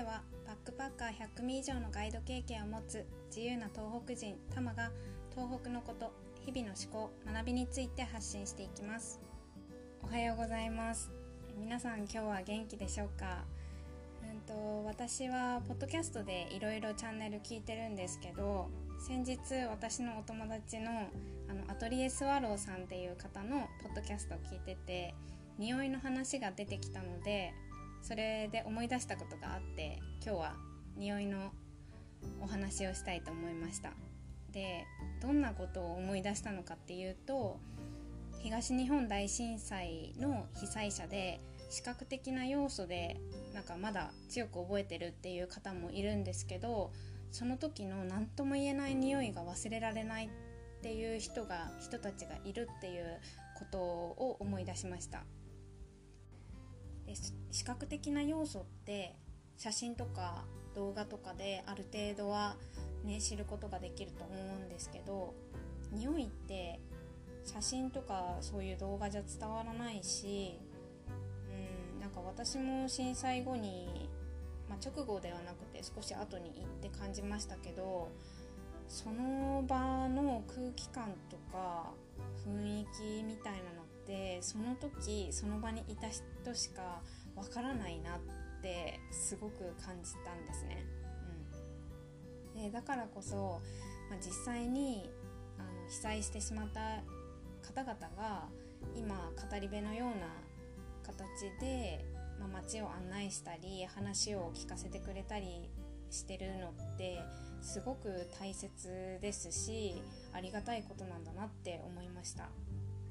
はバックパッカー100組以上のガイド経験を持つ自由な東北人タマが東北のこと、日々の思考、学びについて発信していきます。おはようございます。皆さん今日は元気でしょうか？私はポッドキャストでいろいろチャンネル聞いてるんですけど、先日私のお友達のアトリエスワローさんっていう方のポッドキャストを聞いてて、匂いの話が出てきたので、それで思い出したことがあって、今日は匂いのお話をしたいと思いました。で、どんなことを思い出したのかっていうと、東日本大震災の被災者で視覚的な要素でまだ強く覚えてるっていう方もいるんですけど、その時の何とも言えない匂いが忘れられないっていう人たちがいるっていうことを思い出しました。で、視覚的な要素って写真とか動画とかである程度は知ることができると思うんですけど、匂いって写真とかそういう動画じゃ伝わらないし、私も震災後に、直後ではなくて少し後に行って感じましたけど、その場の空気感とか雰囲気みたいなのってその時その場にいた人しかわからないなってすごく感じたんですね。で、だからこそ、実際に被災してしまった方々が今語り部のような形で、街を案内したり話を聞かせてくれたりしてるのってすごく大切ですし、ありがたいことなんだなって思いました。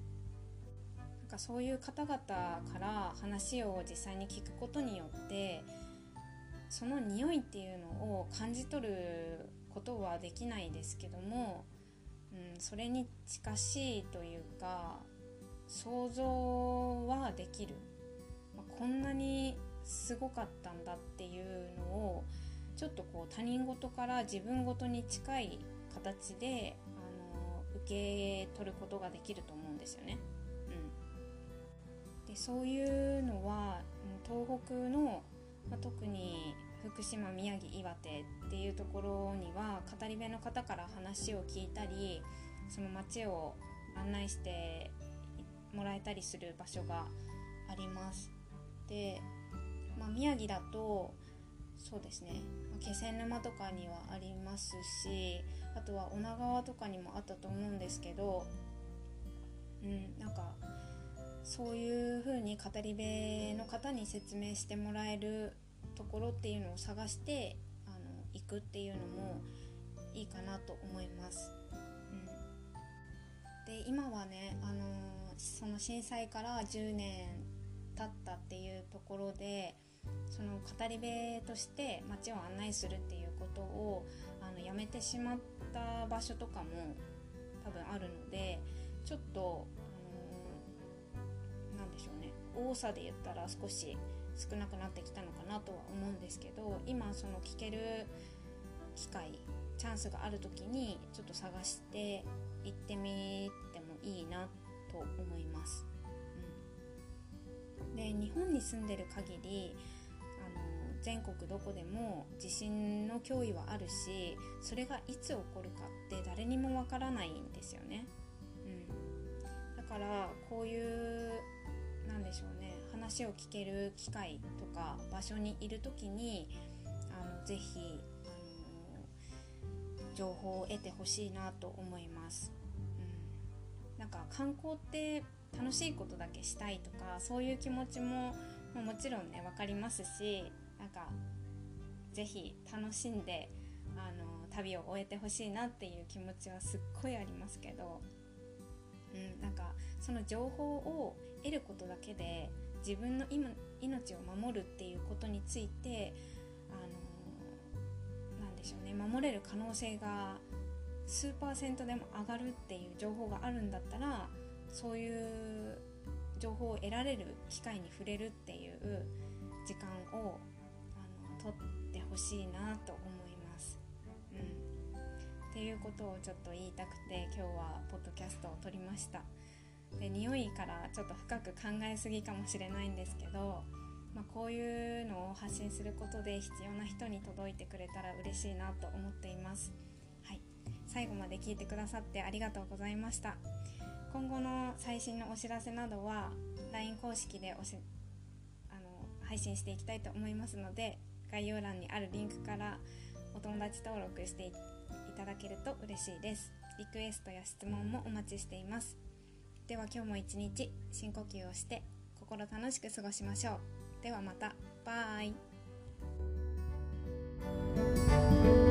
そういう方々から話を実際に聞くことによって、その匂いっていうのを感じ取ることはできないですけども、それに近しいというか想像はできる、こんなにすごかったんだっていうのをちょっと他人事から自分事に近い形で受け取ることができると思うんですよね。で、そういうのは東北の、特に福島、宮城、岩手っていうところには語り部の方から話を聞いたり、その街を案内してもらえたりする場所があります。で、宮城だとそうですね、気仙沼とかにはありますし、あとは女川とかにもあったと思うんですけど、そういう風に語り部の方に説明してもらえるところっていうのを探して行くっていうのもいいかなと思います。で、今はね、その震災から10年経ったっていうところで、その語り部として街を案内するっていうことをやめてしまった場所とかも多分あるので、ちょっとなんでしょうね、多さで言ったら少し少なくなってきたのかなとは思うんですけど、今その聞ける機会、チャンスがある時にちょっと探して行ってみてもいいなと思います。で、日本に住んでる限り全国どこでも地震の脅威はあるし、それがいつ起こるかって誰にもわからないんですよね。だからこういうでしょうね、話を聞ける機会とか場所にいるときにぜひ情報を得てほしいなと思います。観光って楽しいことだけしたいとか、そういう気持ちももちろんね分かりますし、ぜひ楽しんで旅を終えてほしいなっていう気持ちはすっごいありますけど、その情報を得ることだけで自分の命を守るっていうことについて守れる可能性が数%でも上がるっていう情報があるんだったら、そういう情報を得られる機会に触れるっていう時間を取ってほしいなと思います。っていうことをちょっと言いたくて今日はポッドキャストを撮りました。で、匂いからちょっと深く考えすぎかもしれないんですけど、 こういうのを発信することで必要な人に届いてくれたら嬉しいなと思っています。はい、最後まで聞いてくださってありがとうございました。今後の最新のお知らせなどは LINE 公式で配信していきたいと思いますので、概要欄にあるリンクからお友達登録していただけると嬉しいです。リクエストや質問もお待ちしています。では今日も一日深呼吸をして心楽しく過ごしましょう。ではまた。バイ。